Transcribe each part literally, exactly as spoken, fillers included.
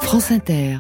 France Inter.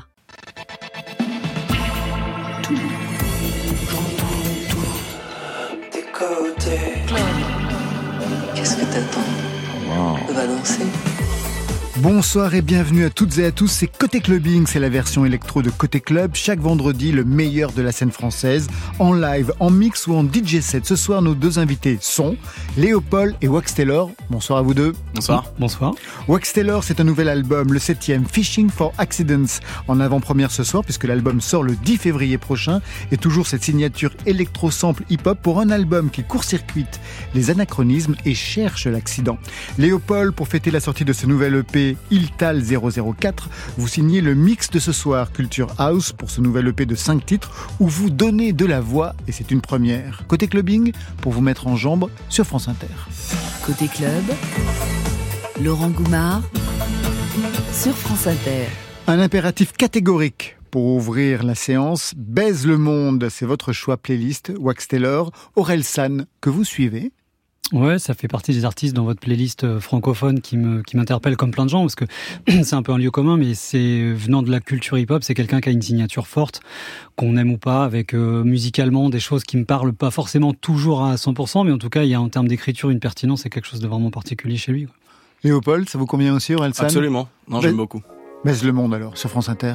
Tout, j'entends tout, des côtés. Qu'est-ce que t'attends ? Wow. On va danser. Bonsoir et bienvenue à toutes et à tous, c'est Côté Clubbing, c'est la version électro de Côté Club. Chaque vendredi, le meilleur de la scène française, en live, en mix ou en D J set. Ce soir, nos deux invités sont Léopold et Wax Taylor. Bonsoir à vous deux. Bonsoir. Bonsoir. Wax Taylor, c'est un nouvel album, le septième, Fishing for Accidents, en avant-première ce soir, puisque l'album sort le dix février prochain, et toujours cette signature électro-sample hip-hop pour un album qui court-circuite les anachronismes et cherche l'accident. Léopold, pour fêter la sortie de ce nouvel E P, Iltal zéro zéro quatre, vous signez le mix de ce soir Culture House pour ce nouvel E P de cinq titres où vous donnez de la voix et c'est une première. Côté clubbing pour vous mettre en jambes sur France Inter. Côté club, Laurent Goumard sur France Inter. Un impératif catégorique pour ouvrir la séance. Baise le monde, c'est votre choix playlist. Wax Taylor, Orelsan que vous suivez. Ouais, ça fait partie des artistes dans votre playlist francophone qui me qui m'interpelle comme plein de gens parce que c'est un peu un lieu commun, mais c'est venant de la culture hip-hop, c'est quelqu'un qui a une signature forte, qu'on aime ou pas, avec euh, musicalement des choses qui me parlent pas forcément toujours à cent pour cent, mais en tout cas il y a en termes d'écriture une pertinence, c'est quelque chose de vraiment particulier chez lui, quoi. Léopold, ça vous convient aussi, Orelsan ? Absolument, non, j'aime beaucoup. Baise le monde alors, sur France Inter.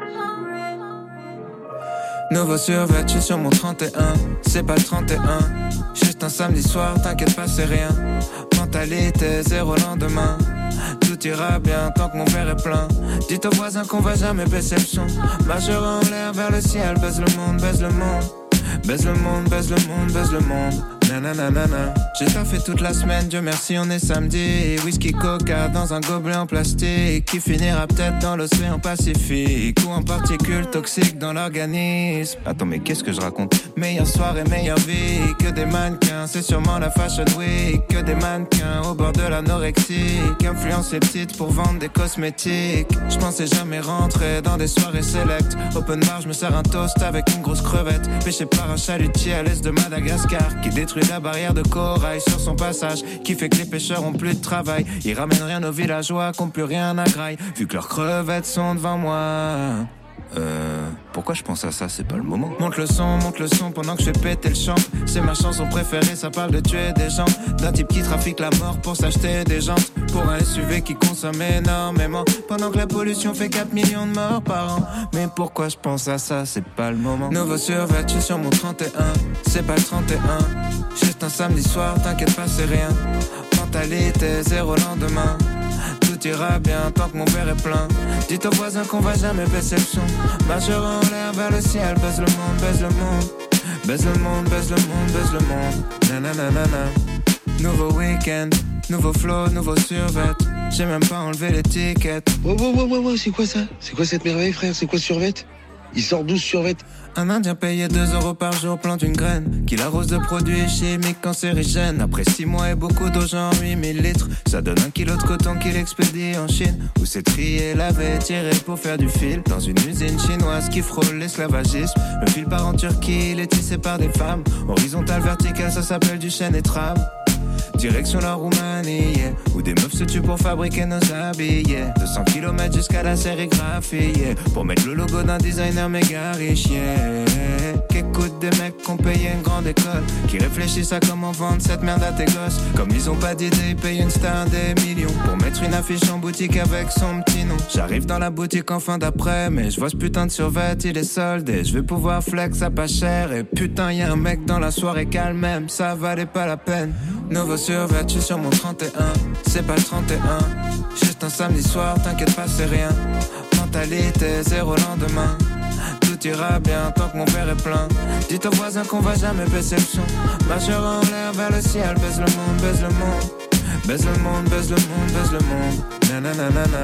Nouveau survêtu sur mon trente et un, c'est pas le trente et un. Juste un samedi soir, t'inquiète pas, c'est rien. Mentalité zéro lendemain. Tout ira bien tant que mon verre est plein. Dites aux voisins qu'on va jamais baisser le son. Majeur en l'air vers le ciel, baise le monde, baise le monde. Baise le monde, baise le monde, baise le monde. Nananana. J'ai taffé toute la semaine, Dieu merci, on est samedi. Whisky coca dans un gobelet en plastique qui finira peut-être dans l'océan Pacifique ou en particules toxiques dans l'organisme. Attends, mais qu'est-ce que je raconte ? Meilleure soirée, meilleure vie. Que des mannequins, c'est sûrement la Fashion Week. Que des mannequins au bord de l'anorexie. Influence les petites pour vendre des cosmétiques. Je pensais jamais rentrer dans des soirées select. Open bar, je me sers un toast avec une grosse crevette. Pêché par un chalutier à l'est de Madagascar qui détruit la barrière de corail sur son passage, qui fait que les pêcheurs ont plus de travail. Ils ramènent rien aux villageois qui ont plus rien à graille, vu que leurs crevettes sont devant moi. Euh, pourquoi je pense à ça, c'est pas le moment. Monte le son, monte le son pendant que je fais péter le champ. C'est ma chanson préférée, ça parle de tuer des gens. D'un type qui trafique la mort pour s'acheter des jantes. Pour un S U V qui consomme énormément. Pendant que la pollution fait quatre millions de morts par an. Mais pourquoi je pense à ça, c'est pas le moment. Nouveau survêtu sur mon trente et un, c'est pas le trente et un. Juste un samedi soir, t'inquiète pas, c'est rien. Mentalité zéro lendemain. Tout ira bien tant que mon verre est plein. Dites aux voisins qu'on va jamais baisser le son. Majeur en l'air vers le ciel, baise le monde, baise le monde. Baise le monde, baise le monde, baise le monde. Nananana. Nouveau week-end, nouveau flow, nouveau survêt. J'ai même pas enlevé l'étiquette. Oh, oh, oh, oh, oh, c'est quoi ça ? C'est quoi cette merveille, frère ? C'est quoi ce survêt ? Il sort douze survêt. Un Indien payé deux euros par jour plante une graine qui l'arrose de produits chimiques cancérigènes. Après six mois et beaucoup d'eau, genre huit mille litres, ça donne un kilo de coton qu'il expédie en Chine, où c'est trié, lavé, tiré pour faire du fil. Dans une usine chinoise qui frôle l'esclavagisme, le fil part en Turquie, il est tissé par des femmes. Horizontal, vertical, ça s'appelle du chêne et trame. Direction la Roumanie, yeah, où des meufs se tuent pour fabriquer nos habits, yeah. deux cents kilomètres jusqu'à la sérigraphie, yeah, pour mettre le logo d'un designer méga riche, yeah. Qu'écoutent des mecs qui ont payé une grande école, qui réfléchissent à comment vendre cette merde à tes gosses. Comme ils ont pas d'idée, ils payent une star des millions pour mettre une affiche en boutique avec son petit nom. J'arrive dans la boutique en fin d'après, mais je vois ce putain de survêt, il est soldé. Je vais pouvoir flex à pas cher, et putain y'a un mec dans la soirée calme même, ça valait pas la peine. Nouveau survêtu sur mon trente et un, c'est pas le trente et un. Juste un samedi soir, t'inquiète pas, c'est rien. Mentalité zéro lendemain. Tout ira bien tant que mon verre est plein. Dites aux voisins qu'on va jamais baisser le son. Majeur en l'air vers le ciel, baise le monde, baise le monde. Baise le monde, baise le monde, baise le monde. Nananana.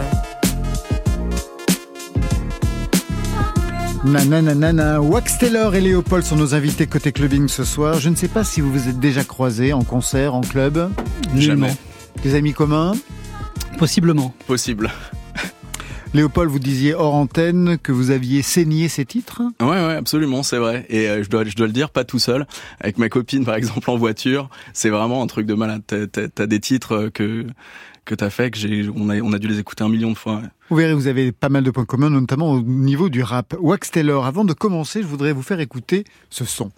Nananana. Wax Taylor et Léopold sont nos invités côté clubbing ce soir. Je ne sais pas si vous vous êtes déjà croisés en concert, en club. Nullement. Des amis communs ? Possiblement. Possible. Léopold, vous disiez hors antenne que vous aviez saigné ces titres ? Ouais, ouais, absolument, c'est vrai. Et euh, je dois, je dois le dire, pas tout seul. Avec ma copine, par exemple, en voiture, c'est vraiment un truc de malade. T'as, t'as, t'as des titres que que t'as fait, que j'ai, on a, on a dû les écouter un million de fois. Ouais. Vous verrez, vous avez pas mal de points communs, notamment au niveau du rap. Wax Taylor, avant de commencer, je voudrais vous faire écouter ce son.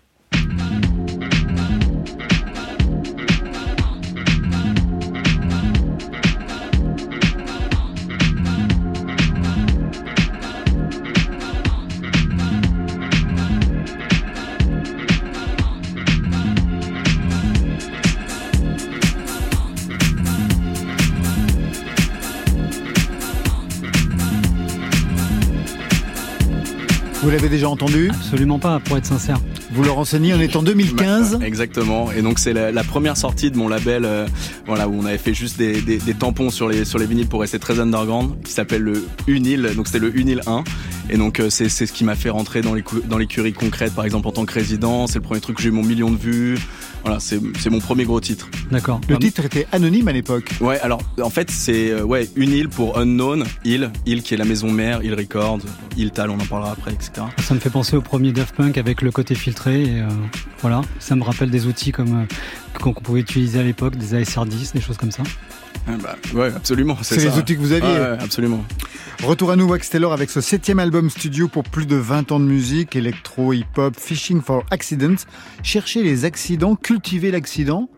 Vous l'avez déjà entendu ? Absolument pas, pour être sincère. Vous le renseignez, on est en deux mille quinze. Bah, exactement. Et donc c'est la, la première sortie de mon label, euh, voilà, où on avait fait juste des, des, des tampons sur les sur les vinyles pour rester très underground, qui s'appelle le Unil. Donc c'était le Unil un. Et donc euh, c'est c'est ce qui m'a fait rentrer dans les dans l'écurie concrète, par exemple en tant que résident. C'est le premier truc que j'ai eu mon million de vues. Voilà, c'est c'est mon premier gros titre. D'accord. Le titre était anonyme à l'époque. Ouais, alors en fait c'est euh, ouais Unil pour Unknown, Hill, Hill qui est la maison mère, Hill Records, Hilltal, on en parlera après, et cetera. Ça me fait penser au premier Daft Punk avec le côté filtré. Et euh, voilà, ça me rappelle des outils comme euh, qu'on pouvait utiliser à l'époque, des A S R dix, des choses comme ça. Ah bah, ouais, absolument. C'est, c'est ça. les outils que vous aviez. Ah, ouais, absolument. Retour à nous, Wax Taylor, avec ce septième album studio pour plus de vingt ans de musique, électro, hip-hop, Fishing for Accidents. Chercher les accidents, cultiver l'accident.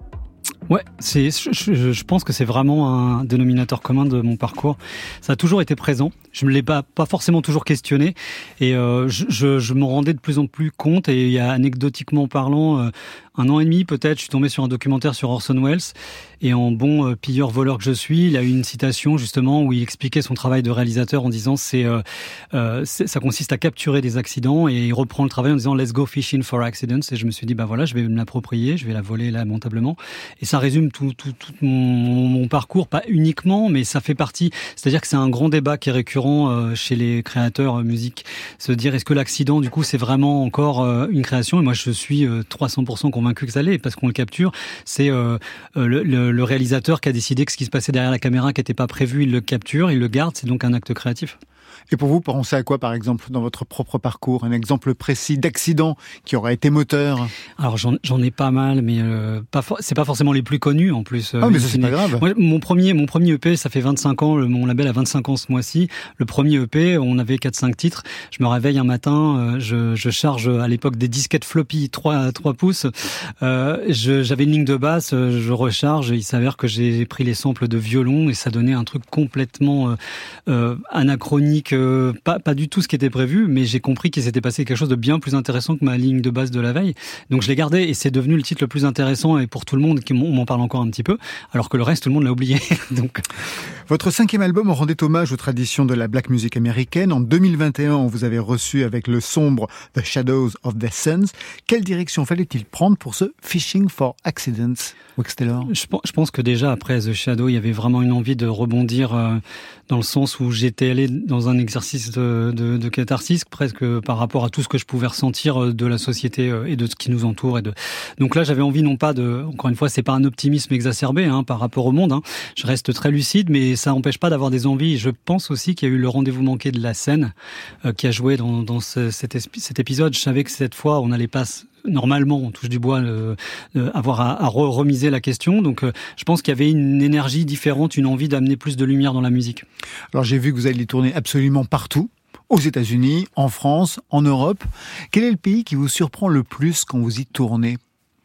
Ouais, c'est, je, je pense que c'est vraiment un dénominateur commun de mon parcours. Ça a toujours été présent. Je me l'ai pas, pas forcément toujours questionné. Et euh, je, je, je m'en rendais de plus en plus compte. Et il y a anecdotiquement parlant, euh, un an et demi peut-être, je suis tombé sur un documentaire sur Orson Welles. Et en bon euh, pilleur-voleur que je suis, il a eu une citation justement où il expliquait son travail de réalisateur en disant c'est, euh, euh, c'est ça consiste à capturer des accidents, et il reprend le travail en disant let's go fishing for accidents. Et je me suis dit bah voilà, je vais me l'approprier, je vais la voler lamentablement. Et ça résume tout, tout, tout mon, mon parcours, pas uniquement, mais ça fait partie. C'est-à-dire que c'est un grand débat qui est récurrent euh, chez les créateurs euh, musique, se dire est-ce que l'accident du coup c'est vraiment encore euh, une création. Et moi je suis euh, trois cents pour cent convaincu que ça l'est, parce qu'on le capture. C'est euh, le, le le réalisateur qui a décidé que ce qui se passait derrière la caméra qui n'était pas prévu, il le capture, il le garde, c'est donc un acte créatif. Et pour vous, pensez à quoi, par exemple, dans votre propre parcours ? Un exemple précis d'accident qui aurait été moteur ? Alors, j'en, j'en ai pas mal, mais euh, pas for- c'est pas forcément les plus connus, en plus. Ah, mais ça, c'est pas grave. Moi, mon premier, mon premier E P, ça fait vingt-cinq ans, le, mon label a vingt-cinq ans ce mois-ci. Le premier E P, on avait quatre cinq titres. Je me réveille un matin, euh, je, je charge à l'époque des disquettes floppy trois pouces. Euh, je, j'avais une ligne de basse, je recharge, et il s'avère que j'ai pris les samples de violon, et ça donnait un truc complètement euh, euh, anachronique, Euh, pas, pas du tout ce qui était prévu, mais j'ai compris qu'il s'était passé quelque chose de bien plus intéressant que ma ligne de base de la veille. Donc je l'ai gardé, et c'est devenu le titre le plus intéressant, et pour tout le monde, on m'en parle encore un petit peu, alors que le reste, tout le monde l'a oublié. Donc... Votre cinquième album rendait hommage aux traditions de la black music américaine. En deux mille vingt et un, on vous avait reçu avec le sombre The Shadows of the Suns. Quelle direction fallait-il prendre pour ce Fishing for Accidents, Wax Taylor ? je, je pense que déjà, après The Shadow, il y avait vraiment une envie de rebondir euh, dans le sens où j'étais allé dans un exercice de, de, de catharsis, presque par rapport à tout ce que je pouvais ressentir de la société et de ce qui nous entoure. Et de... Donc là, j'avais envie non pas de... Encore une fois, c'est pas un optimisme exacerbé hein, par rapport au monde. Hein. Je reste très lucide, mais ça n'empêche pas d'avoir des envies. Je pense aussi qu'il y a eu le rendez-vous manqué de la scène euh, qui a joué dans, dans ce, cet, esp- cet épisode. Je savais que cette fois, on n'allait pas... Normalement, on touche du bois, euh, euh, avoir à, à re- remiser la question. Donc, euh, je pense qu'il y avait une énergie différente, une envie d'amener plus de lumière dans la musique. Alors, j'ai vu que vous alliez tourner absolument partout, aux États-Unis, en France, en Europe. Quel est le pays qui vous surprend le plus quand vous y tournez ?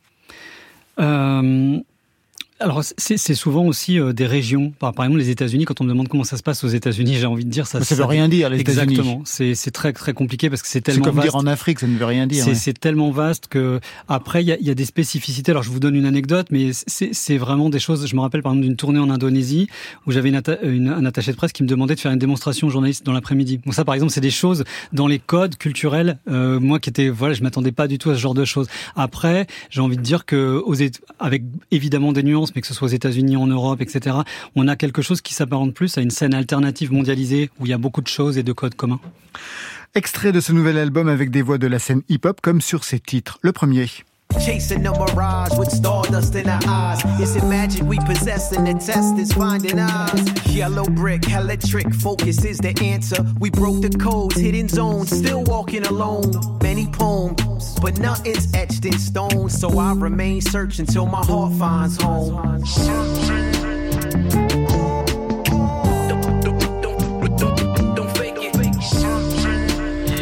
euh... Alors c'est, c'est souvent aussi euh, des régions. Par, par exemple, les États-Unis. Quand on me demande comment ça se passe aux États-Unis, j'ai envie de dire ça. Mais ça, ça veut rien dire les États-Unis. Exactement. C'est, c'est très très compliqué parce que c'est tellement. C'est comme vaste. dire en Afrique, ça ne veut rien dire. C'est, ouais. c'est tellement vaste que après il y a, y a des spécificités. Alors je vous donne une anecdote, mais c'est, c'est vraiment des choses. Je me rappelle par exemple d'une tournée en Indonésie où j'avais une atta- une, un attaché de presse qui me demandait de faire une démonstration aux journalistes dans l'après-midi. Donc ça, par exemple, c'est des choses dans les codes culturels. Euh, moi qui étais, voilà, je m'attendais pas du tout à ce genre de choses. Après, j'ai envie de dire que aux, avec évidemment des nuances, mais que ce soit aux États-Unis, en Europe, et cetera, on a quelque chose qui s'apparente plus à une scène alternative mondialisée où il y a beaucoup de choses et de codes communs. Extrait de ce nouvel album avec des voix de la scène hip-hop comme sur ces titres. Le premier. Chasing a mirage with stardust in our eyes. Is it magic we possess and the test is finding eyes? Yellow brick, electric focus is the answer. We broke the codes, hidden zones, still walking alone. Many poems, but nothing's etched in stone. So I remain searching till my heart finds home. Searching.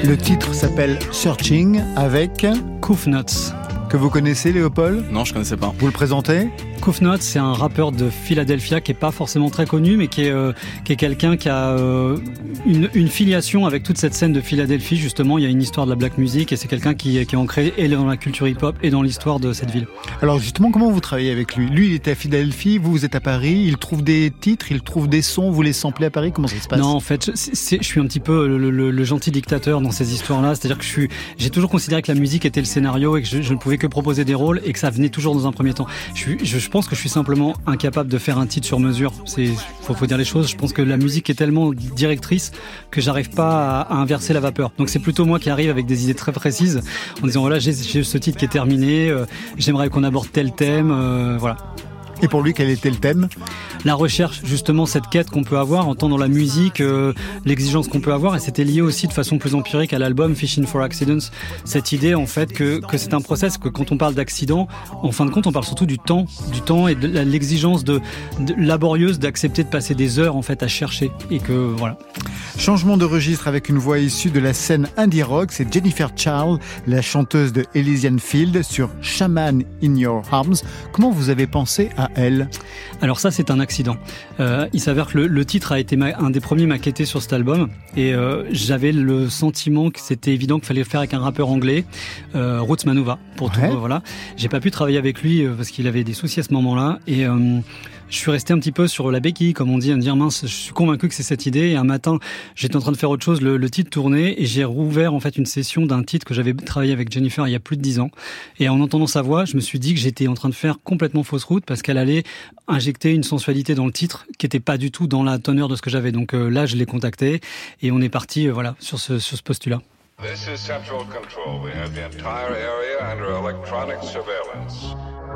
Le titre s'appelle Searching avec Koofnuts. Que vous connaissez, Léopold ? Non, je connaissais pas. Vous le présentez ? Koofnuts, c'est un rappeur de Philadelphia qui est pas forcément très connu, mais qui est, euh, qui est quelqu'un qui a euh, une, une filiation avec toute cette scène de Philadelphie. Justement, il y a une histoire de la black music et c'est quelqu'un qui, qui est ancré et dans la culture hip-hop et dans l'histoire de cette ville. Alors justement, comment vous travaillez avec lui ? Lui, il était à Philadelphie, vous, vous êtes à Paris, il trouve des titres, il trouve des sons, vous les samplez à Paris, comment ça se passe ? Non, en fait, c'est, c'est, je suis un petit peu le, le, le gentil dictateur dans ces histoires-là. C'est-à-dire que je suis, j'ai toujours considéré que la musique était le scénario et que je, je ne pouvais que proposer des rôles et que ça venait toujours dans un premier temps. Je, suis, je, je pense que je suis simplement incapable de faire un titre sur mesure. C'est, faut, faut dire les choses. Je pense que la musique est tellement directrice que j'arrive pas à, à inverser la vapeur. Donc c'est plutôt moi qui arrive avec des idées très précises en disant voilà, j'ai, j'ai ce titre qui est terminé, euh, j'aimerais qu'on aborde tel thème, euh, voilà. Et pour lui, quel était le thème ? La recherche, justement, cette quête qu'on peut avoir, en tant dans la musique, euh, l'exigence qu'on peut avoir, et c'était lié aussi de façon plus empirique à l'album Fishing for Accidents. Cette idée, en fait, que, que c'est un process, que quand on parle d'accident, en fin de compte, on parle surtout du temps, du temps et de l'exigence de, de, laborieuse d'accepter de passer des heures, en fait, à chercher. Et que, voilà. Changement de registre avec une voix issue de la scène indie rock, c'est Jennifer Charles, la chanteuse de Elysian Field sur Shaman in Your Arms. Comment vous avez pensé à elle ? Alors ça, c'est un accident. Euh, il s'avère que le, le titre a été ma, un des premiers maquettés sur cet album et euh, j'avais le sentiment que c'était évident qu'il fallait le faire avec un rappeur anglais, euh, Roots Manuva, pour ouais. tout. Euh, voilà. J'ai pas pu travailler avec lui euh, parce qu'il avait des soucis à ce moment-là et euh, je suis resté un petit peu sur la béquille, comme on dit, à me dire mince, je suis convaincu que c'est cette idée. Et un matin, j'étais en train de faire autre chose, le, le titre tournait et j'ai rouvert en fait une session d'un titre que j'avais travaillé avec Jennifer il y a plus de dix ans. Et en entendant sa voix, je me suis dit que j'étais en train de faire complètement fausse route parce qu'elle allait injecter une sensualité dans le titre qui était pas du tout dans la teneur de ce que j'avais. Donc euh, là, je l'ai contacté et on est parti euh, voilà sur ce sur ce postulat. This is Central Control. We have the entire area under electronic surveillance.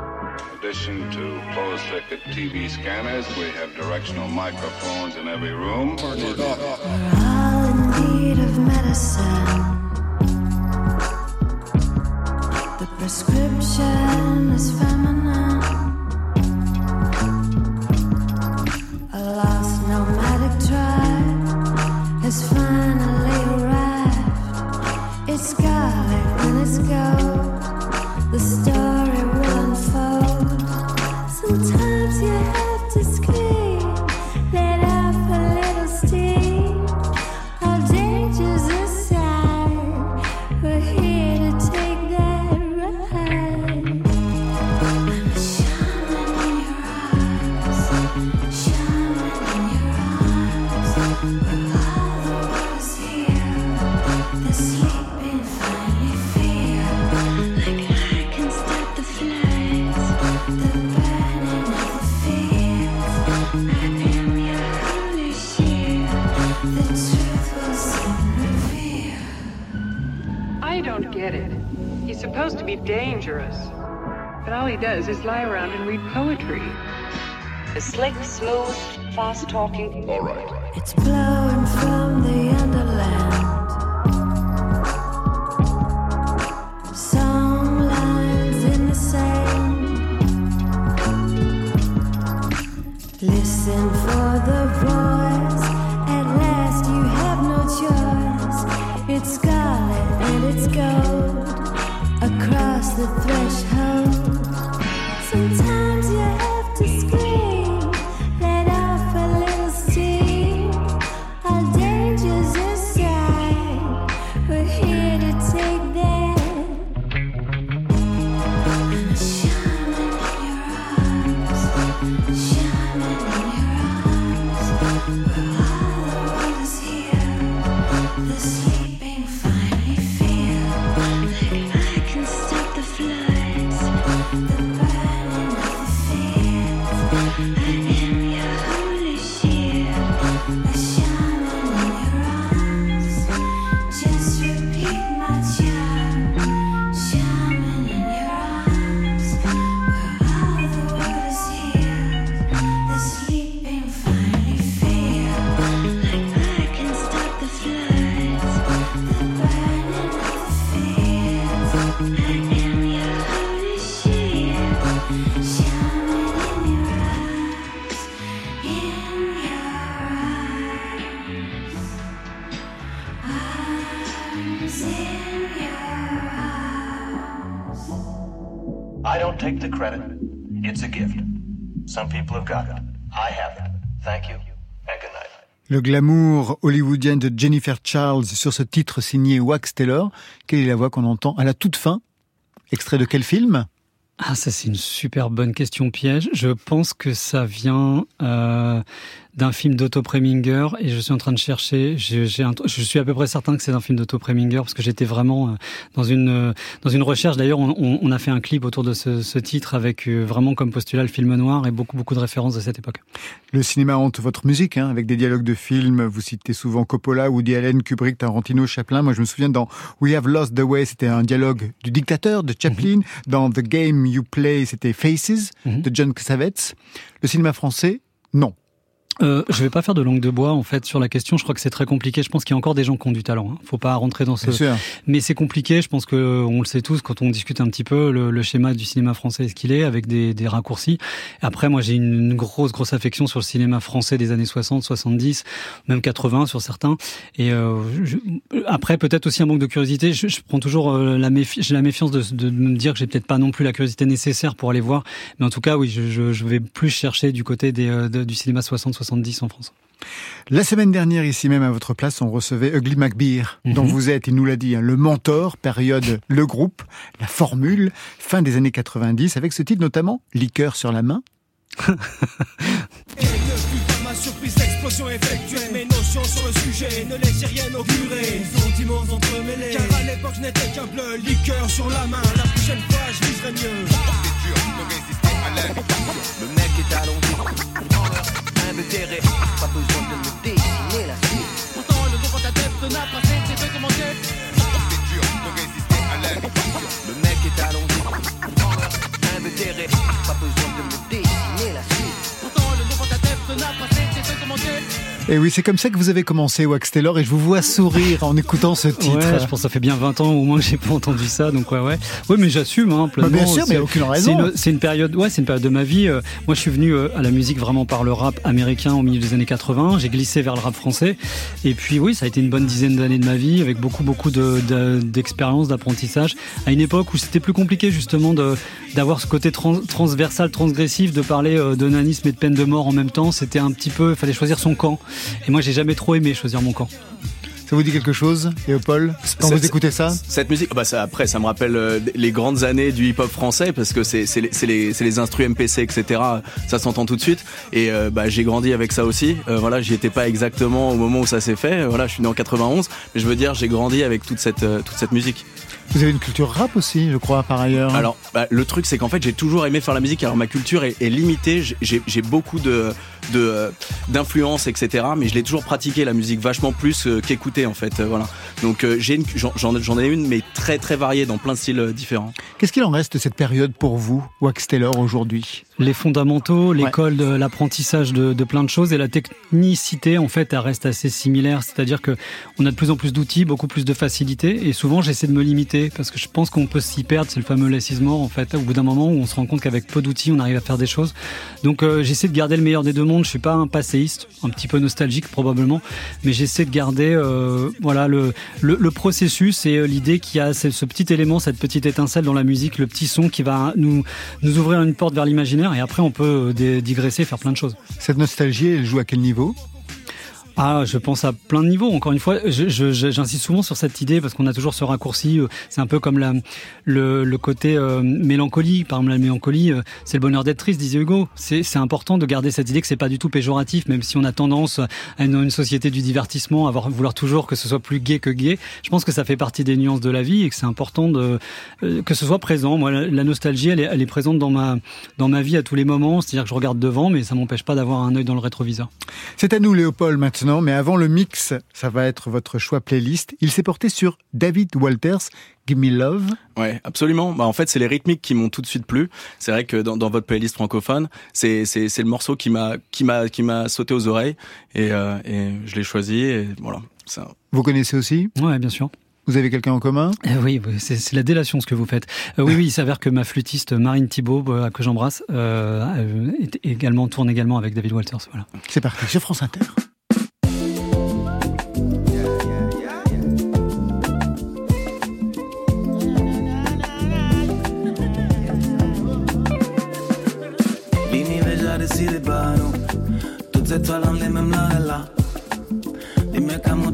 In addition to closed-circuit T V scanners, we have directional microphones in every room. Turn it up. We're all in need of medicine. The prescription is feminine. A lost nomadic tribe has finally arrived. It's scarlet when it's gold. The story will unfold. Sometimes you have to scream, let off a little steam. All dangers aside, we're here to take that ride. I'm a shaman in your eyes, shaman in your eyes. We're all the ones here, the sleeping finally feel like I can stop the flies, the burning of the fields. I am your holy shield, the truth will soon reveal. I don't get it. He's supposed to be dangerous, but all he does is lie around and read poetry. The slick, smooth, fast-talking. All right. It's blowing from the underland. Some lines in the sand. Listen for the voice. At last you have no choice. It's scarlet and it's gold. Across the threshold. Sometimes you have to scream. Let off a little steam. All dangers aside, we're here to take that. I'm a shaman in your arms, shaman in your arms. We're all the ones here. The sleeping finally feel like I can stop the floods, the burning of the fields. I am your holy shield, a shaman in your arms. Just repeat my charm, shaman in your arms. Where all the waters healed, the sleeping finally feel like I can stop the floods, I don't take the credit. It's a gift. Some people have got it. I haven't. Thank you and good night. Le glamour hollywoodien de Jennifer Charles sur ce titre signé Wax Taylor. Quelle est la voix qu'on entend à la toute fin? Extrait de quel film? Ah, ça c'est une super bonne question piège. Je pense que ça vient euh, d'un film d'Otto Preminger et je suis en train de chercher. J'ai, j'ai un, je suis à peu près certain que c'est un film d'Otto Preminger parce que j'étais vraiment euh, dans une euh, dans une recherche. D'ailleurs, on, on a fait un clip autour de ce, ce titre avec euh, vraiment comme postulat le film noir et beaucoup beaucoup de références de cette époque. Le cinéma hante votre musique, hein, avec des dialogues de films. Vous citez souvent Coppola, Woody Allen, Kubrick, Tarantino, Chaplin. Moi, je me souviens dans We Have Lost the Way, c'était un dialogue du dictateur de Chaplin. Mm-hmm. Dans The Game You Play, c'était Faces mm-hmm. de John Cassavetes. Le cinéma français, non. Euh, je vais pas faire de langue de bois en fait sur la question. Je crois que c'est très compliqué. Je pense qu'il y a encore des gens qui ont du talent. Hein. Faut pas rentrer dans ce. Mais c'est compliqué. Je pense que on le sait tous quand on discute un petit peu le, le schéma du cinéma français est ce qu'il est avec des, des raccourcis. Après, moi, j'ai une, une grosse grosse affection sur le cinéma français des années soixante, soixante-dix, même quatre-vingts sur certains. Et euh, je, après, peut-être aussi un manque de curiosité. Je, je prends toujours euh, la méfi- j'ai la méfiance de, de me dire que j'ai peut-être pas non plus la curiosité nécessaire pour aller voir. Mais en tout cas, oui, je, je, je vais plus chercher du côté des, euh, de, du cinéma soixante, soixante-dix en France. La semaine dernière, ici même à votre place, on recevait Ugly McBeer, mm-hmm. dont vous êtes, il nous l'a dit, hein, le mentor, période le groupe, la formule, fin des années quatre-vingt-dix, avec ce titre notamment, Liqueur sur la main. Et ne ma surprise, l'explosion effectuée. Mes notions sur le sujet ne laissez rien augurer. Sentiments entremêlés, car à l'époque je n'étais qu'un bleu. Liqueur sur la main, la prochaine fois je viserai mieux. C'est dur de résister à l'invitation. Le mec est allongé, invétéré, pas besoin de me dessiner la suite. Pourtant le nouveau adepte n'a pas cessé de commenter. C'est dur de résister à l'invitation. Le mec est allongé, invétéré, pas besoin de me dessiner la suite. Pourtant le nouveau adepte n'a pas cessé de commenter. Et oui, c'est comme ça que vous avez commencé Wax Taylor et je vous vois sourire en écoutant ce titre. Ouais, je pense que ça fait bien vingt ans au moins que j'ai pas entendu ça, donc ouais, ouais. Oui, mais j'assume, hein, pleinement. Bah bien sûr, c'est, mais il n'y a aucune raison. C'est une, c'est une période, ouais, c'est une période de ma vie. Euh, moi, je suis venu euh, à la musique vraiment par le rap américain au milieu des années quatre-vingts. J'ai glissé vers le rap français. Et puis, oui, ça a été une bonne dizaine d'années de ma vie avec beaucoup, beaucoup de, de, d'expérience, d'apprentissage. À une époque où c'était plus compliqué, justement, de, d'avoir ce côté trans, transversal, transgressif, de parler euh, de nanisme et de peine de mort en même temps. C'était un petit peu, il fallait choisir son camp. Et moi, j'ai jamais trop aimé choisir mon camp. Ça vous dit quelque chose, Léopold, quand vous écoutez ça? Cette musique, bah ça, après, ça me rappelle euh, les grandes années du hip-hop français parce que c'est, c'est, les, c'est les, c'est les instrus M P C, et cetera. Ça s'entend tout de suite. Et euh, bah j'ai grandi avec ça aussi. Euh, voilà, j'y étais pas exactement au moment où ça s'est fait. Voilà, je suis né en quatre-vingt-onze, mais je veux dire, j'ai grandi avec toute cette euh, toute cette musique. Vous avez une culture rap aussi, je crois, par ailleurs. Alors, bah, le truc, c'est qu'en fait, j'ai toujours aimé faire la musique. Alors, ma culture est, est limitée. J'ai, j'ai beaucoup de, de, d'influences, et cetera. Mais je l'ai toujours pratiqué, la musique, vachement plus euh, qu'écouter, en fait. Euh, voilà. Donc, euh, j'ai une, j'en, j'en ai une, mais très, très variée, dans plein de styles euh, différents. Qu'est-ce qu'il en reste de cette période pour vous, Wax Taylor, aujourd'hui? Les fondamentaux, l'école, ouais. de l'apprentissage de, de plein de choses et la technicité, en fait, elle reste assez similaire. C'est-à-dire que on a de plus en plus d'outils, beaucoup plus de facilité. Et souvent, j'essaie de me limiter parce que je pense qu'on peut s'y perdre. C'est le fameux less is more, en fait. Au bout d'un moment où on se rend compte qu'avec peu d'outils, on arrive à faire des choses. Donc, euh, j'essaie de garder le meilleur des deux mondes. Je suis pas un passéiste, un petit peu nostalgique probablement, mais j'essaie de garder, euh, voilà, le, le, le processus et l'idée qu'il y a ce, ce petit élément, cette petite étincelle dans la musique, le petit son qui va nous, nous ouvrir une porte vers l'imaginaire. Et après, on peut digresser, faire plein de choses. Cette nostalgie, elle joue à quel niveau ? Ah, je pense à plein de niveaux. Encore une fois, je, je, j'insiste souvent sur cette idée parce qu'on a toujours ce raccourci. C'est un peu comme la, le, le côté euh, mélancolie. Par exemple, la mélancolie, euh, c'est le bonheur d'être triste, disait Hugo. C'est, c'est important de garder cette idée que c'est pas du tout péjoratif, même si on a tendance à une, une société du divertissement, à avoir, vouloir toujours que ce soit plus gai que gai. Je pense que ça fait partie des nuances de la vie et que c'est important de euh, que ce soit présent. Moi, la, la nostalgie, elle est, elle est présente dans ma dans ma vie à tous les moments. C'est-à-dire que je regarde devant, mais ça m'empêche pas d'avoir un œil dans le rétroviseur. C'est à nous, Léopold, maintenant. Mais avant le mix, ça va être votre choix playlist. Il s'est porté sur David Walters, Give Me Love. Ouais, absolument. Bah, en fait, c'est les rythmiques qui m'ont tout de suite plu. C'est vrai que dans, dans votre playlist francophone, c'est, c'est, c'est le morceau qui m'a, qui m'a, qui m'a sauté aux oreilles. Et, euh, et je l'ai choisi. Et voilà. Ça... Vous connaissez aussi ? Ouais, bien sûr. Vous avez quelqu'un en commun ? euh, Oui, c'est, c'est la délation ce que vous faites. Euh, oui, oui, il s'avère que ma flûtiste Marine Thibault, euh, que j'embrasse, euh, est également, tourne également avec David Walters. Voilà. C'est parti, sur France Inter.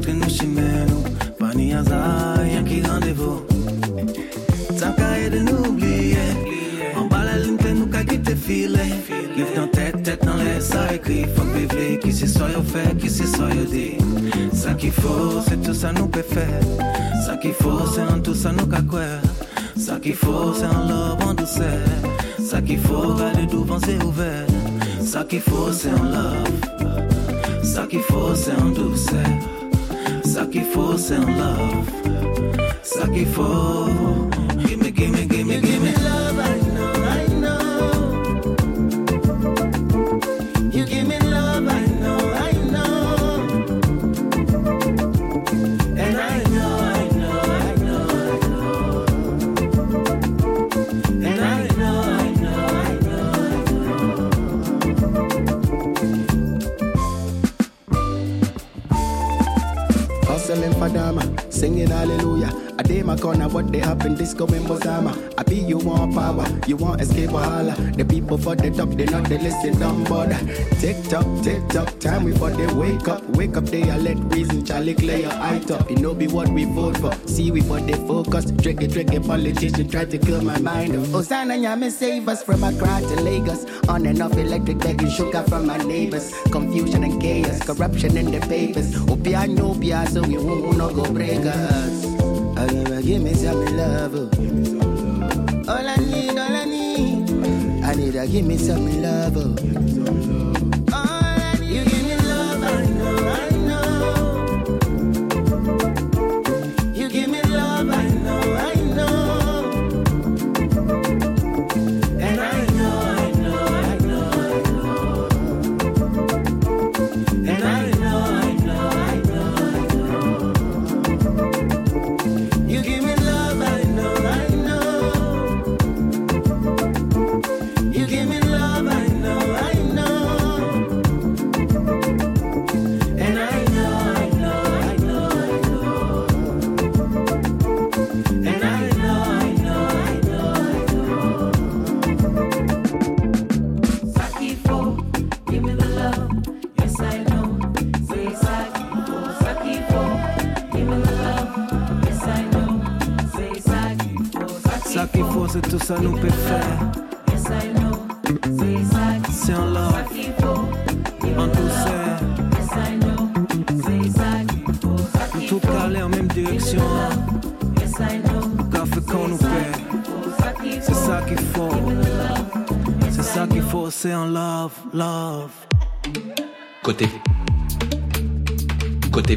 entre nous chimères nous. Pas ni hasard, y'a qui rendez-vous. Ça carré de nous oublier. En bas la ligne, nous qu'à quitter filer. Give dans tête, tête dans l'air, ça écrit. Faut vivre, qui c'est ça yo fait, qui c'est ça yo dit. Ça qu'il faut, c'est tout ça nous peut faire. Ça qu'il faut, c'est en tout ça nous qu'à quoi. Ça qu'il faut, c'est en love, en douceur. Ça qu'il faut, garder devant c'est ouvert. Ça qu'il faut, c'est en love. Ça qu'il faut, c'est en douceur. Ça qu'il faut, c'est en love. Ça qu'il faut. Gimme, gimme, gimme, gimme love, I know, I know. You give me love, I know, I know. And I know, I know, I know, I know. And I know, I know, I know, I know. Hustling for Dama, singing hallelujah. I day my corner, what they happen, disco in Bozama. I be you want power, you want escape or holla. The people for the top, they not they listen, don't bother. Tick tock, tick tock, time we for they wake up. Wake up, they are let reason, Charlie clear your eye top. It no be what we vote for, see we for they focus. Tricky, tricky politician try to kill my mind. Hosanna, Yami, save us from Accra to Lagos. On and off electric begging sugar from my neighbors. Confusion and chaos, corruption in the papers. Opia, no pia, so we won't no go break us. I never give me some love. All I need, all I need, I need to give me some love. All I need, you give me love, I know, I know. You give me love, I know, I know. And I know, I know, I know, I know. And I know, I know, I know, I know. You give me love, I know, I know. You give me love, I know, I know. And I know, I know, I know, I know. And I know, I know, I know, I know. Sakifo, give me the love. Yes, I know. Say Sakifo, Sakifo, give me the love. Yes, I know. Say Sakifo, Sakifo. Ça qu'il faut, c'est tout ça nous peut faire. Yes, I know. Say Sakifo, C'est en love, Sakifo, give me en the love. douceur. Yes, I know. Say Sakifo, Nous Sakifo, tout caler en même direction. yes, I know. Car fait qu'on nous paie. C'est ça qu'il faut. C'est ça qu'il faut, c'est en love, love. Côté. Côté.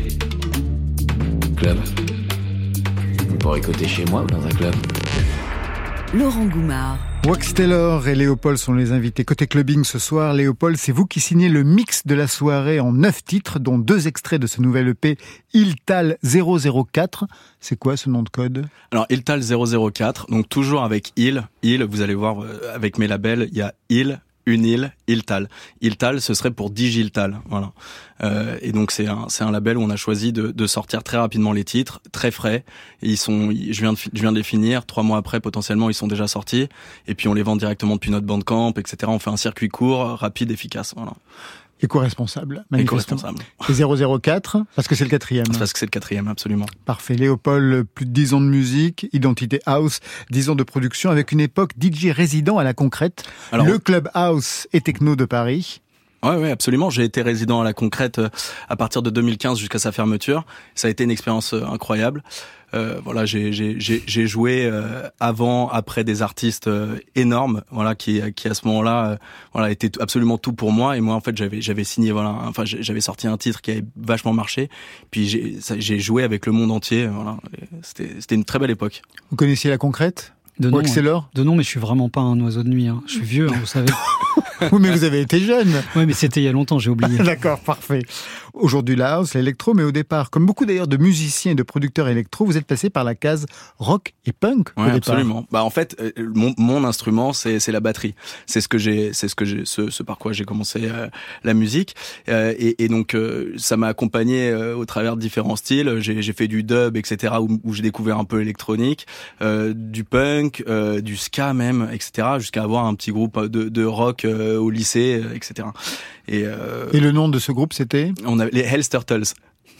Club. Vous pourrez côté chez moi ou dans un club. Laurent Goumard. Wax Taylor et Léopold sont les invités. Côté clubbing ce soir, Léopold, c'est vous qui signez le mix de la soirée en neuf titres, dont deux extraits de ce nouvel E P, Iltal zéro zéro quatre. C'est quoi ce nom de code ? Alors, Iltal zéro zéro quatre, donc toujours avec Il. Il, vous allez voir, euh, avec mes labels, il y a Il, Unil, Iltal. Iltal, ce serait pour Digiltal, voilà. Euh, et donc c'est un c'est un label où on a choisi de de sortir très rapidement les titres, très frais. Et ils sont, je viens de je viens de les finir. Trois mois après, potentiellement, ils sont déjà sortis. Et puis on les vend directement depuis notre Bandcamp, et cetera. On fait un circuit court, rapide, efficace, voilà. Éco-responsable, manifestement. Éco-responsable. Et zéro zéro quatre, parce que c'est le quatrième. C'est parce que c'est le quatrième, absolument. Parfait. Léopold, plus de dix ans de musique, identité house, dix ans de production, avec une époque D J résident à la Concrète, Alors, le club house et techno de Paris. Ouais, ouais, absolument. J'ai été résident à la Concrète euh, à partir de deux mille quinze jusqu'à sa fermeture. Ça a été une expérience euh, incroyable. Euh, voilà, j'ai j'ai j'ai j'ai joué euh, avant, après des artistes euh, énormes, voilà, qui qui à ce moment-là, euh, voilà, étaient t- absolument tout pour moi. Et moi, en fait, j'avais j'avais signé, voilà, enfin, j'avais sorti un titre qui avait vachement marché. Puis j'ai ça, j'ai joué avec le monde entier. Voilà, et c'était c'était une très belle époque. Vous connaissiez la Concrète ? De nom, Wax Taylor ? de nom, mais je suis vraiment pas un oiseau de nuit. Hein. Je suis vieux, hein, vous savez. Oui, mais vous avez été jeune. Oui, mais c'était il y a longtemps, j'ai oublié. D'accord, parfait. Aujourd'hui, la house, l'électro, mais au départ, comme beaucoup d'ailleurs de musiciens et de producteurs électro, vous êtes passé par la case rock et punk au Ouais, départ. absolument. Bah en fait, euh, mon, mon instrument c'est c'est la batterie. C'est ce que j'ai, c'est ce que j'ai, ce, ce par quoi j'ai commencé euh, la musique. Euh, et, et donc euh, ça m'a accompagné euh, au travers de différents styles. J'ai j'ai fait du dub, et cetera où, où j'ai découvert un peu l'électronique, euh, du punk, euh, du ska même, et cetera jusqu'à avoir un petit groupe de, de rock euh, au lycée, euh, et cetera. Et, euh, et le nom de ce groupe, c'était ? On a les Hell's Turtles.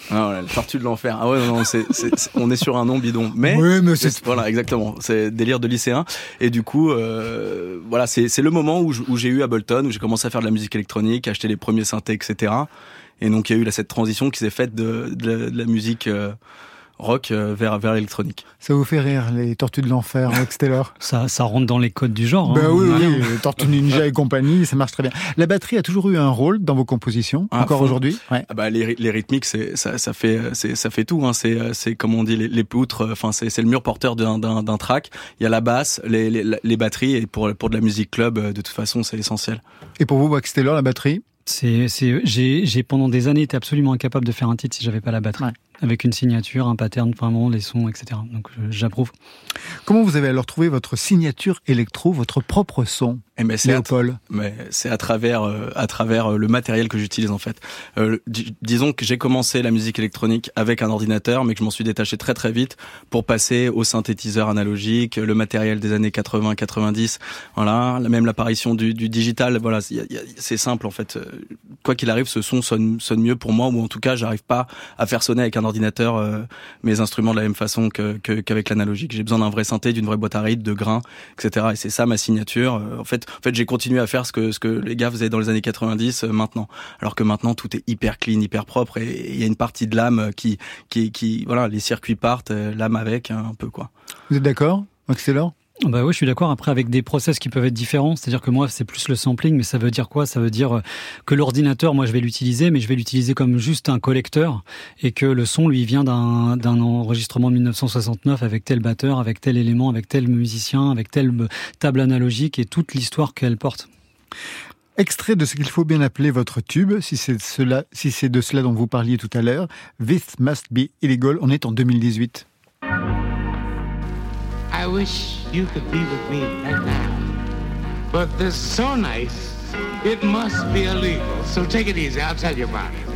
Ah ouais, la tortue de l'enfer. Ah ouais, non, non, c'est, c'est, c'est, on est sur un nom bidon. Mais, oui, mais c'est... c'est voilà, exactement. C'est délire de lycéen. Et du coup, euh, voilà, c'est, c'est le moment où, je, où j'ai eu Ableton, où j'ai commencé à faire de la musique électronique, acheter les premiers synthés, et cetera. Et donc, il y a eu là, cette transition qui s'est faite de, de, de la musique euh, rock euh, vers, vers l'électronique. Ça vous fait rire, les Tortues de l'Enfer, Rex Taylor? Ça, ça rentre dans les codes du genre. Bah hein, oui, oui, les Tortues Ninja et compagnie, ça marche très bien. La batterie a toujours eu un rôle dans vos compositions, ah, encore fond. aujourd'hui? Ouais. Ah bah, les, les rythmiques, c'est, ça, ça, fait, c'est, ça fait tout. Hein. C'est, c'est comme on dit, les, les poutres, enfin, c'est, c'est le mur porteur d'un, d'un, d'un track. Il y a la basse, les, les, les batteries, et pour, pour de la musique club, de toute façon, c'est essentiel. Et pour vous, Rex Taylor, la batterie? C'est, c'est, j'ai, j'ai pendant des années été absolument incapable de faire un titre si j'avais pas la batterie. Ouais. Avec une signature, un pattern, vraiment, les sons, et cetera. Donc j'approuve. Comment vous avez alors trouvé votre signature électro, votre propre son? Eh ben c'est Léopold. À, mais c'est à travers euh, à travers euh, le matériel que j'utilise en fait. Euh, d- disons que j'ai commencé la musique électronique avec un ordinateur, mais que je m'en suis détaché très très vite pour passer au synthétiseur analogique, le matériel des années quatre-vingts quatre-vingt-dix. Voilà, même l'apparition du, du digital. Voilà, y a, y a, c'est simple en fait. Quoi qu'il arrive, ce son sonne sonne mieux pour moi, ou en tout cas, j'arrive pas à faire sonner avec un ordinateur euh, mes instruments de la même façon que, que qu'avec l'analogique. J'ai besoin d'un vrai synthé, d'une vraie boîte à rythme, de grains, et cetera. Et c'est ça ma signature. Euh, en fait. En fait, j'ai continué à faire ce que ce que les gars faisaient dans les années quatre-vingt-dix euh, maintenant. Alors que maintenant, tout est hyper clean, hyper propre, et il y a une partie de l'âme qui qui qui voilà, les circuits partent, euh, l'âme avec hein, un peu quoi. Vous êtes d'accord, Rex Taylor? Bah oui, je suis d'accord. Après, avec des process qui peuvent être différents, c'est-à-dire que moi, c'est plus le sampling, mais ça veut dire quoi? Ça veut dire que l'ordinateur, moi, je vais l'utiliser, mais je vais l'utiliser comme juste un collecteur, et que le son, lui, vient d'un, d'un enregistrement de dix-neuf cent soixante-neuf avec tel batteur, avec tel élément, avec tel musicien, avec telle table analogique, et toute l'histoire qu'elle porte. Extrait de ce qu'il faut bien appeler votre tube, si c'est de cela, si c'est de cela dont vous parliez tout à l'heure, This Must Be Illegal. On est en deux mille dix-huit. I wish you could be with me right now. But this is so nice, it must be illegal. So take it easy, I'll tell you about it.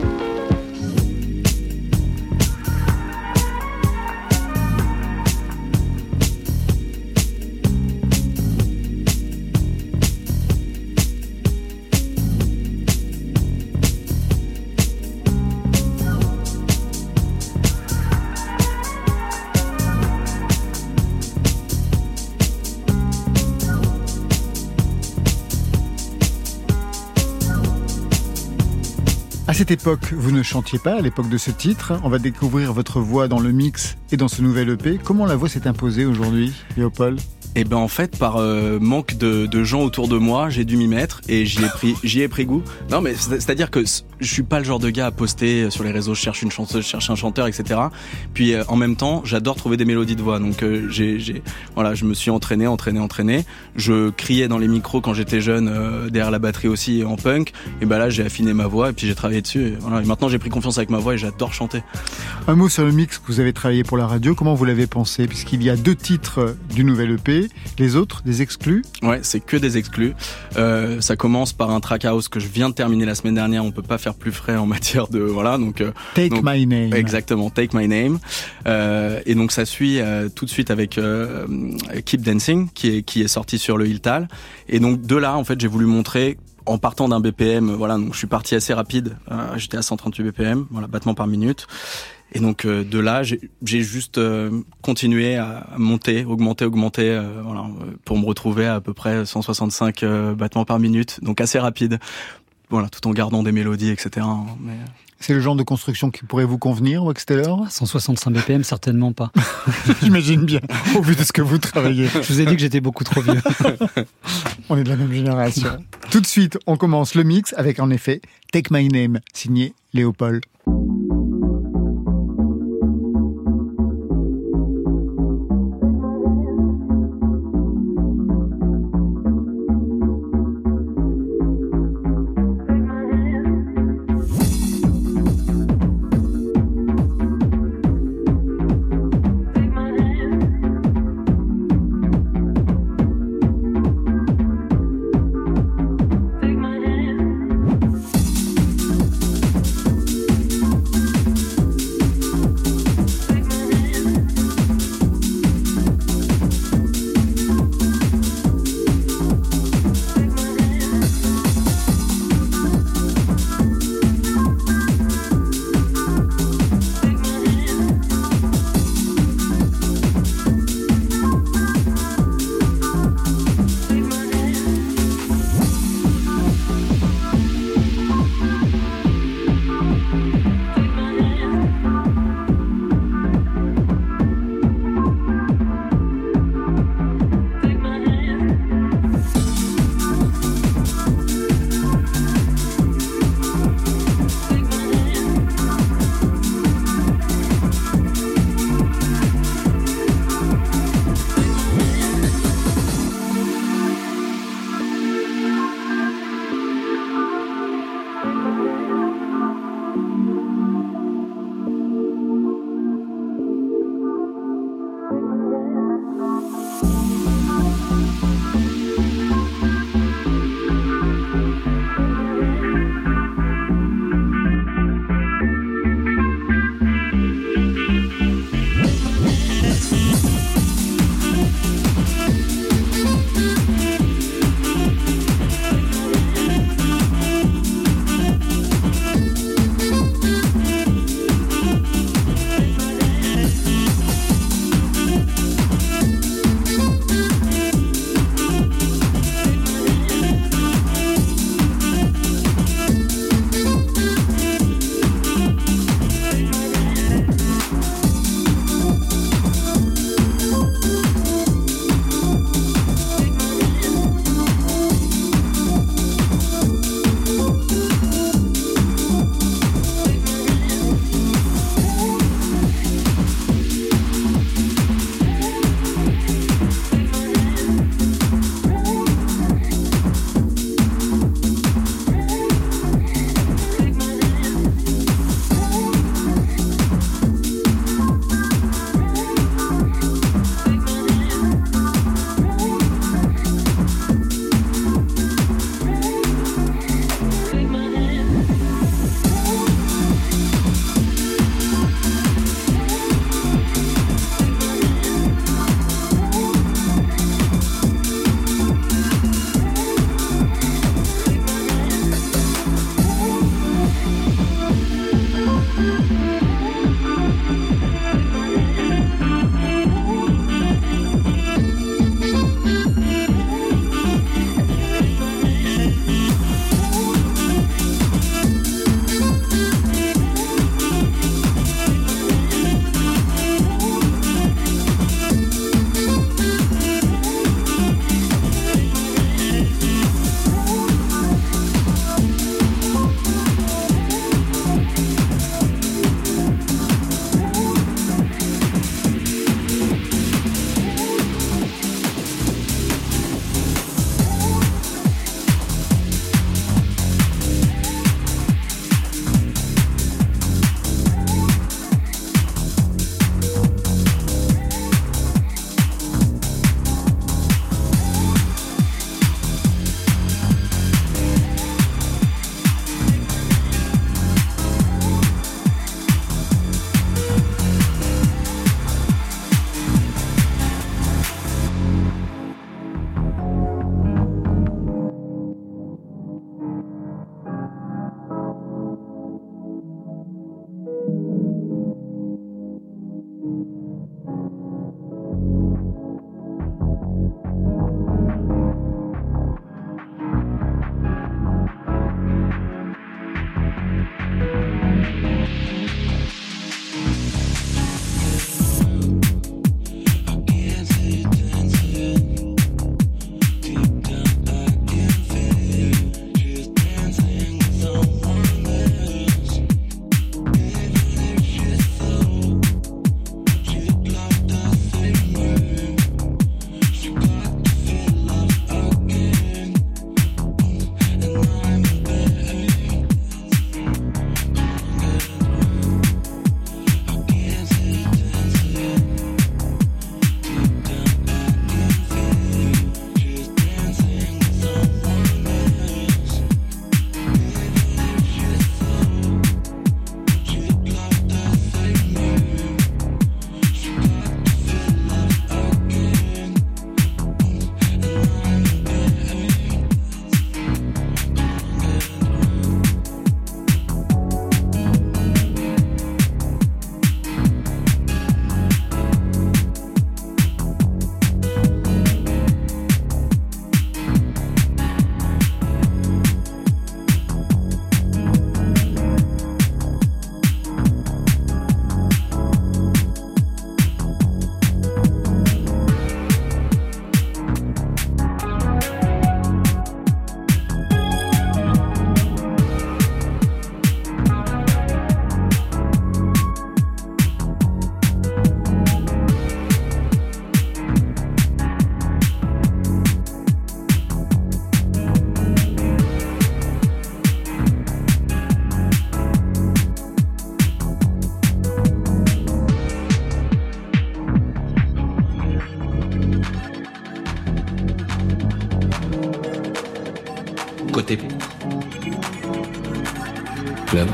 À cette époque, vous ne chantiez pas, à l'époque de ce titre. On va découvrir votre voix dans le mix et dans ce nouvel E P. Comment la voix s'est imposée aujourd'hui, Léopold? Eh ben en fait par euh, manque de, de gens autour de moi, j'ai dû m'y mettre et j'y ai pris j'y ai pris goût. Non mais c'est-à-dire que je suis pas le genre de gars à poster sur les réseaux, je cherche une chanteuse, je cherche un chanteur, et cetera. Puis euh, en même temps, j'adore trouver des mélodies de voix. Donc euh, j'ai j'ai voilà, je me suis entraîné, entraîné, entraîné. Je criais dans les micros quand j'étais jeune, euh, derrière la batterie aussi en punk. Et ben là j'ai affiné ma voix et puis j'ai travaillé dessus. Et, voilà. Et maintenant j'ai pris confiance avec ma voix et j'adore chanter. Un mot sur le mix que vous avez travaillé pour la radio. Comment vous l'avez pensé? Puisqu'il y a deux titres du nouvel E P. Les autres, des exclus? Ouais, c'est que des exclus. Euh, ça commence par un track house que je viens de terminer la semaine dernière. On peut pas faire plus frais en matière de voilà. Donc euh, Take donc, My Name. Exactement, Take My Name. Euh, et donc ça suit euh, tout de suite avec euh, Keep Dancing, qui est qui est sorti sur le Hilltal. Et donc de là, en fait, j'ai voulu montrer. En partant d'un B P M, voilà, donc je suis parti assez rapide. Euh, j'étais à cent trente-huit B P M, voilà, battements par minute. Et donc euh, de là, j'ai, j'ai juste euh, continué à monter, augmenter, augmenter, euh, voilà, pour me retrouver à, à peu près cent soixante-cinq euh, battements par minute, donc assez rapide. Voilà, tout en gardant des mélodies, et cetera. Mais... C'est le genre de construction qui pourrait vous convenir, Rex Taylor? cent soixante-cinq B P M, certainement pas. J'imagine bien, au vu de ce que vous travaillez. Je vous ai dit que j'étais beaucoup trop vieux. On est de la même génération. Tout de suite, on commence le mix avec, en effet, Take My Name, signé Léopold. côté club.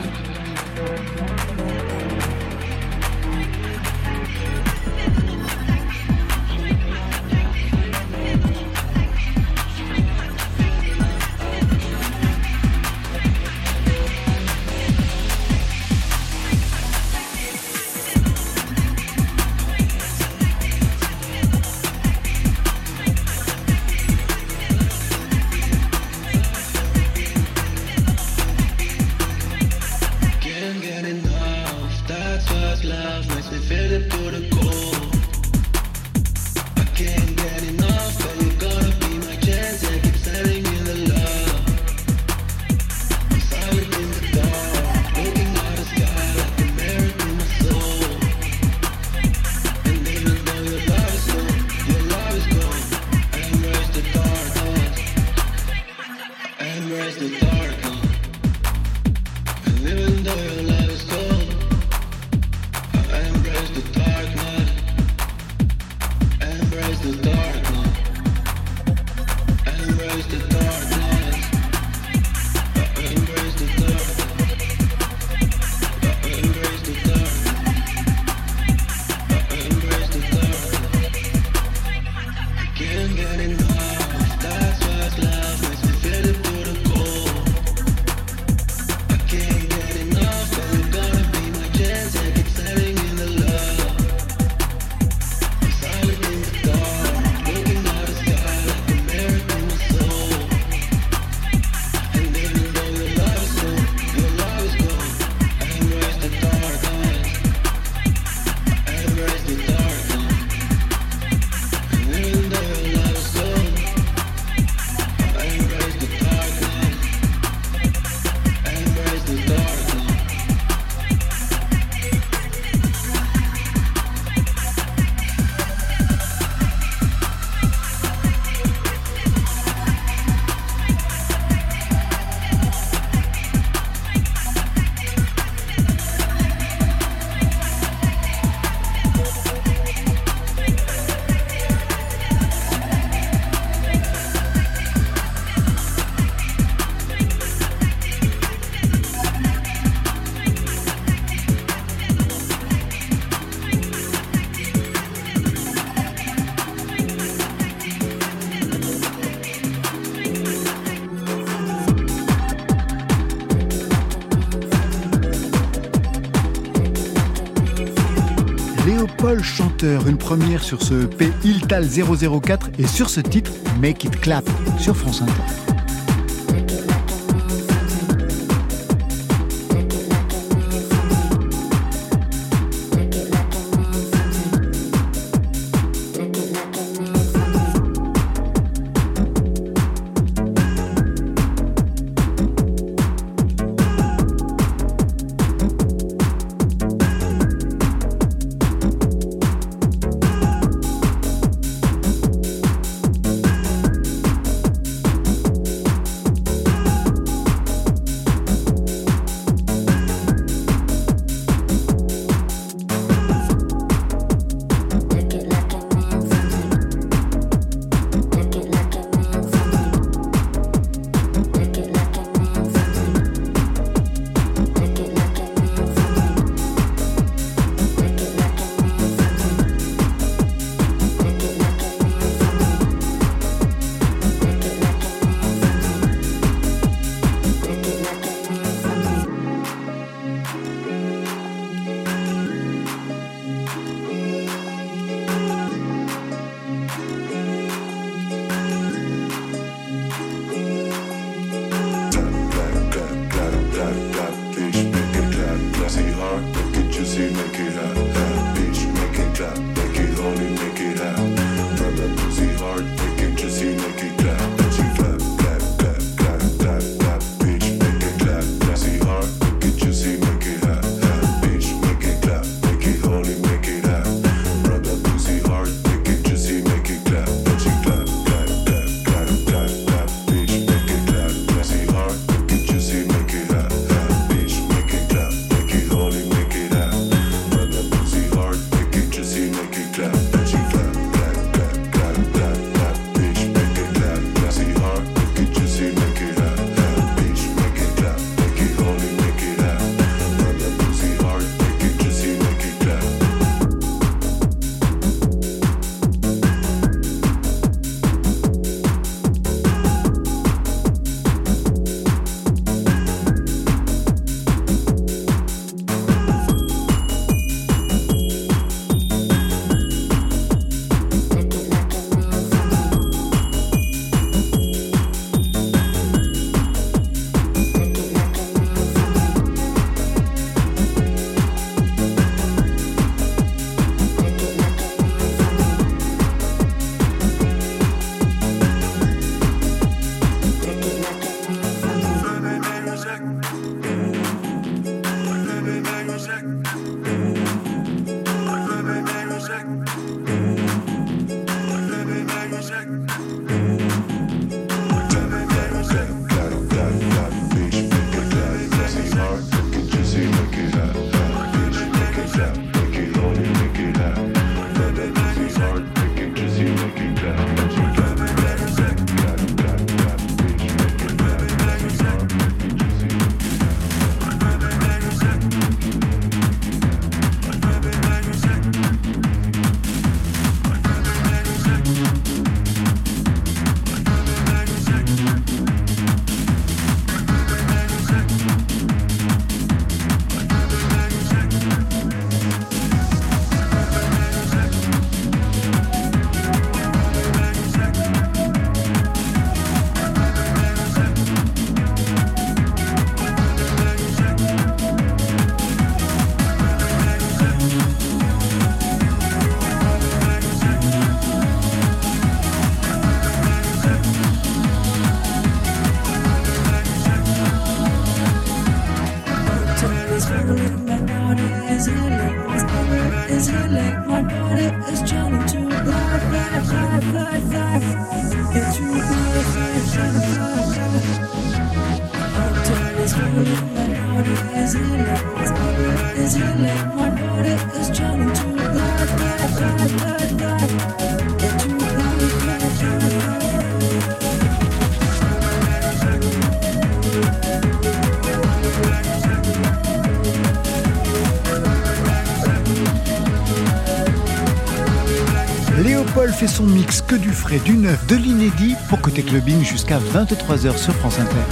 Léopold Chanteur, une première sur ce P Iltal zéro zéro quatre et sur ce titre Make It Clap sur France Inter. is healing. My body is trying to fly, fly, fly, fly, fly. Into fly, fly, fly, fly, fly. My time is healing. My body is healing. My body is healing. My body is trying to fly, fly, fly, fly, fly. Into fly, fly, fly, fly. Léopold fait son mix que du frais, du neuf, de l'inédit pour Côté Clubbing jusqu'à vingt-trois heures sur France Inter.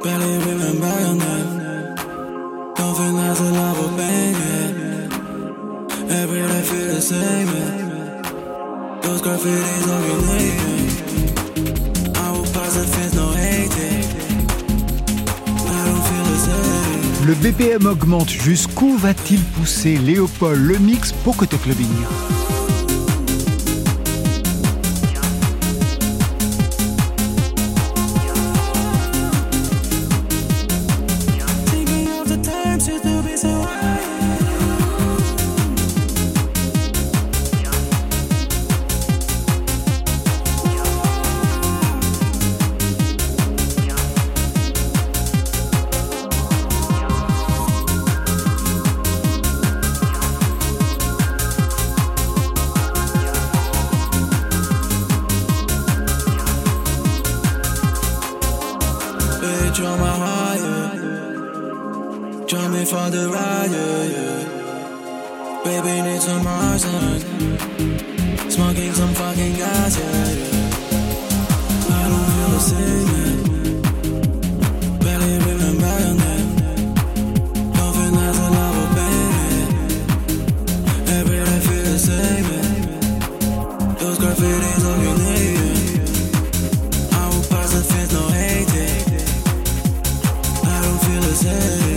Barely remember your name. Nothing has a love of pain, yeah. Every day feel the same, yeah. Those graffitis on your name. I will pass the fence, no hate, yeah. I don't feel the same. Le B P M augmente. Jusqu'où va-t-il pousser Léopold, le mix pour Côté Clubbing? For the ride, yeah, yeah. Baby need some arson. Smoking some fucking gas, yeah, yeah. I don't feel the same, yeah. Barely remember your name. Nothing has a love of pain, yeah. Every day feel the same, yeah. Those graffitis on your name, yeah. I will pass the fence, no hate, yeah. I don't feel the same.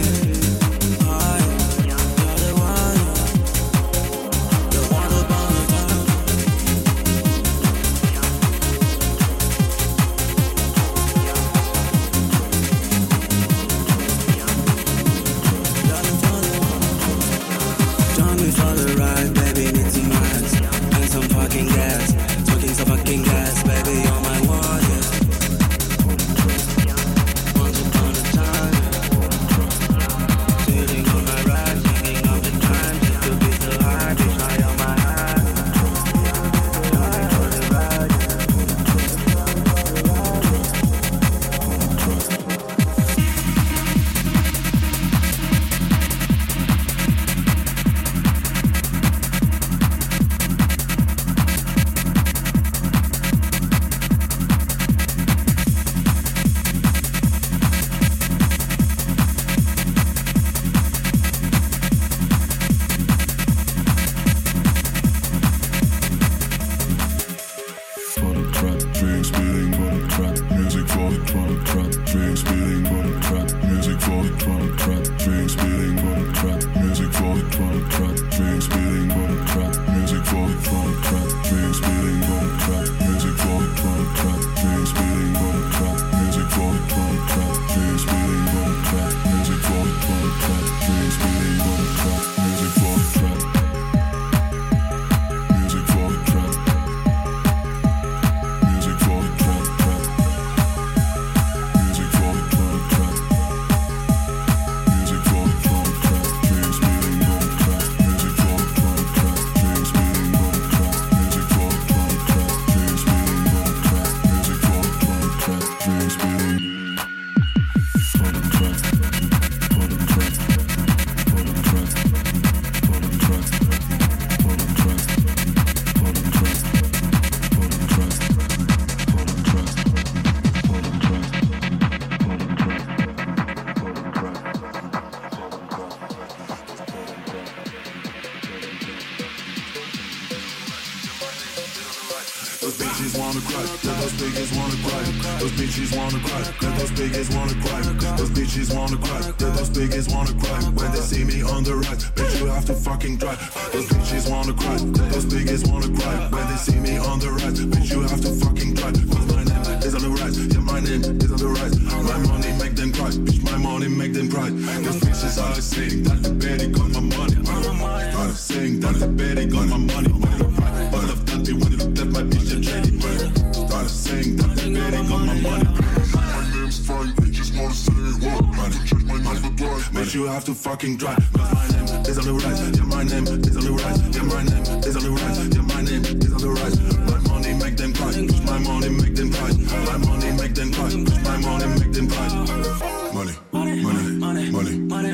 Fucking drive. My name is on the rise. Yeah, my name is on the rise. Yeah, my name is on the rise. Yeah, my name is on the rise. My money make them cry. Push my money make them cry. My money make them cry. Push my money make them cry. Money, money, money, money, money, money,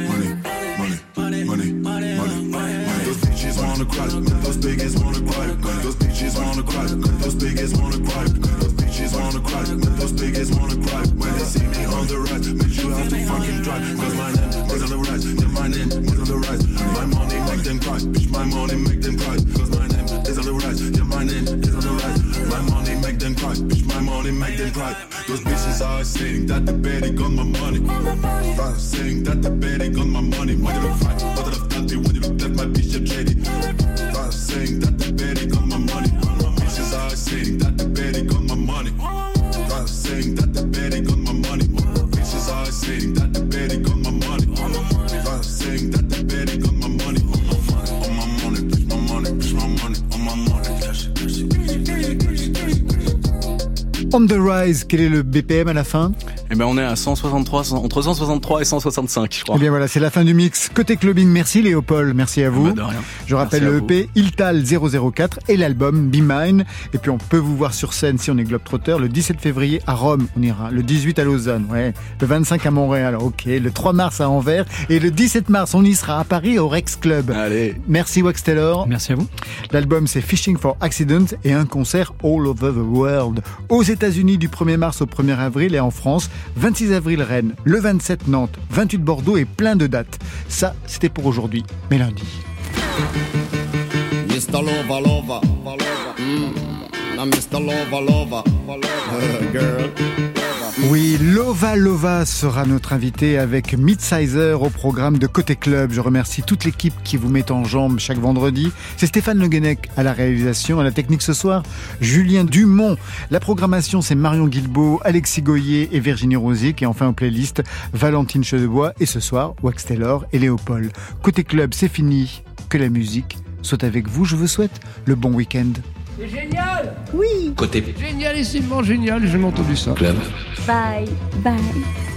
money, money, money, money. Those bitches wanna cry. Those biggies wanna cry. Those bitches wanna cry. Those biggies wanna cry. Those bitches wanna cry. Those biggies wanna cry. When they see me on the rise, make you have to fucking try. Cause my name is on the rise. Yeah, my name is on the rise. My money make them cry. Bitch, my money make them cry. Cause my name is on the rise. Yeah, my name is on the rise. My money make them cry. Bitch, my money make them cry. Those bitches are saying that the betting on my money. Uh, saying that the betting on my money. Why did I fight? What did I tell me when you looked at my bitch, I'm shady? Uh, saying that the betting on my money. Bitches are saying that the betting on my money. Uh, saying that the betting on my money. Bitches are saying that the betting on my money. Uh, saying that the betting on my money. On my money, bitch, my money, bitch, my money, on my money. Cash it, cash it, cash it, cash it, cash it, cash it. On the Rise, quel est le B P M à la fin? Eh ben on est à cent soixante-trois, entre cent soixante-trois et cent soixante-cinq, je crois. Eh bien voilà, c'est la fin du mix. Côté clubbing, merci Léopold, merci à vous. Bah de rien. Je rappelle Merci le E P Iltal zéro zéro quatre et l'album Be Mine. Et puis on peut vous voir sur scène si on est Globetrotter le dix-sept février à Rome, on ira. Le dix-huit à Lausanne, ouais. Le vingt-cinq à Montréal, ok. Le trois mars à Anvers. Et le dix-sept mars, on y sera à Paris au Rex Club. Allez. Merci Wax Taylor. Merci à vous. L'album c'est Fishing for Accident et un concert all over the world. Aux États-Unis du premier mars au premier avril et en France, vingt-six avril Rennes, le vingt-sept Nantes, vingt-huit Bordeaux et plein de dates. Ça, c'était pour aujourd'hui. Mais lundi. mister Lova Lova, mm. Now mister Lova Lova, uh, girl. Oui, Lova Lova sera notre invité avec Midsizer au programme de Côté Club. Je remercie toute l'équipe qui vous met en jambes chaque vendredi. C'est Stéphane Le Guenec à la réalisation, à la technique ce soir, Julien Dumont. La programmation, c'est Marion Guilbeault, Alexis Goyer et Virginie Rosic. Et enfin en playlist, Valentine Chedebois et ce soir, Wax Taylor et Léopold. Côté Club, c'est fini. Que la musique soit avec vous. Je vous souhaite le bon week-end. C'est génial! Oui! Côté Génialissimement génial, j'ai jamais entendu ça. club. Bye, bye.